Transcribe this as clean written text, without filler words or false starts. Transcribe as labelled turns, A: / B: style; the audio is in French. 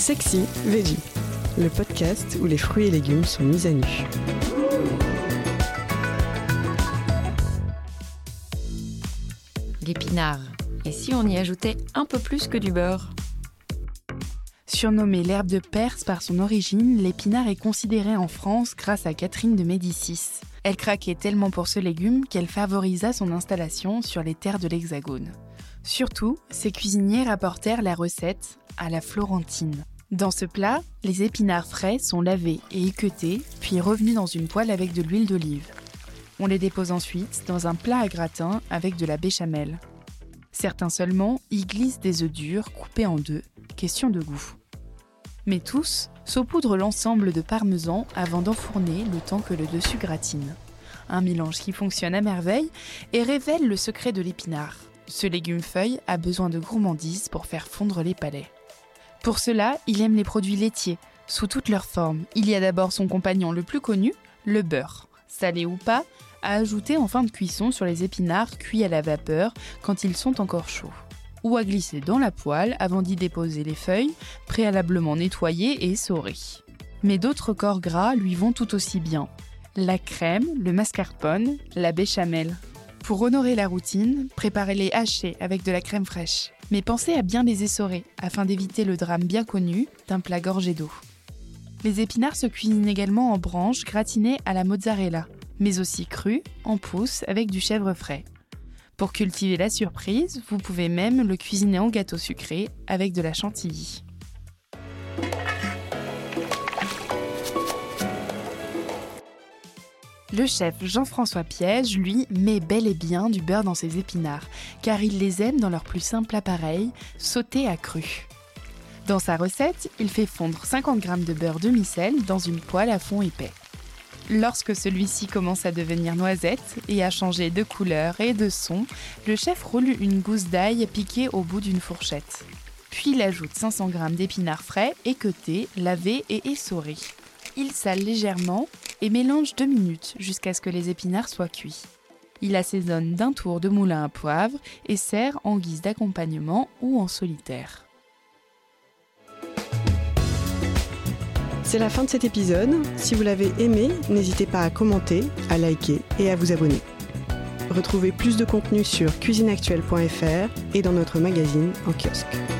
A: Sexy Veggie, le podcast où les fruits et légumes sont mis à nu.
B: L'épinard. Et si on y ajoutait un peu plus que du beurre ?
C: Surnommée l'herbe de Perse par son origine, l'épinard est considéré en France grâce à Catherine de Médicis. Elle craquait tellement pour ce légume qu'elle favorisa son installation sur les terres de l'Hexagone. Surtout, ses cuisiniers rapportèrent la recette à la florentine. Dans ce plat, les épinards frais sont lavés et équeutés, puis revenus dans une poêle avec de l'huile d'olive. On les dépose ensuite dans un plat à gratin avec de la béchamel. Certains seulement y glissent des œufs durs coupés en deux, question de goût. Mais tous saupoudrent l'ensemble de parmesan avant d'enfourner le temps que le dessus gratine. Un mélange qui fonctionne à merveille et révèle le secret de l'épinard. Ce légume-feuille a besoin de gourmandise pour faire fondre les palais. Pour cela, il aime les produits laitiers, sous toutes leurs formes. Il y a d'abord son compagnon le plus connu, le beurre. Salé ou pas, à ajouter en fin de cuisson sur les épinards cuits à la vapeur quand ils sont encore chauds. Ou à glisser dans la poêle avant d'y déposer les feuilles, préalablement nettoyées et essorées. Mais d'autres corps gras lui vont tout aussi bien. La crème, le mascarpone, la béchamel. Pour honorer la routine, préparez-les hachés avec de la crème fraîche. Mais pensez à bien les essorer, afin d'éviter le drame bien connu d'un plat gorgé d'eau. Les épinards se cuisinent également en branches gratinées à la mozzarella, mais aussi crus, en pousses, avec du chèvre frais. Pour cultiver la surprise, vous pouvez même le cuisiner en gâteau sucré avec de la chantilly. Le chef Jean-François Piège, lui, met bel et bien du beurre dans ses épinards, car il les aime dans leur plus simple appareil, sautés à cru. Dans sa recette, il fait fondre 50 g de beurre demi-sel dans une poêle à fond épais. Lorsque celui-ci commence à devenir noisette et à changer de couleur et de son, le chef roule une gousse d'ail piquée au bout d'une fourchette. Puis il ajoute 500 g d'épinards frais, équeutés, lavés et essorés. Il sale légèrement et mélange 2 minutes jusqu'à ce que les épinards soient cuits. Il assaisonne d'un tour de moulin à poivre et sert en guise d'accompagnement ou en solitaire.
A: C'est la fin de cet épisode. Si vous l'avez aimé, n'hésitez pas à commenter, à liker et à vous abonner. Retrouvez plus de contenu sur cuisineactuelle.fr et dans notre magazine en kiosque.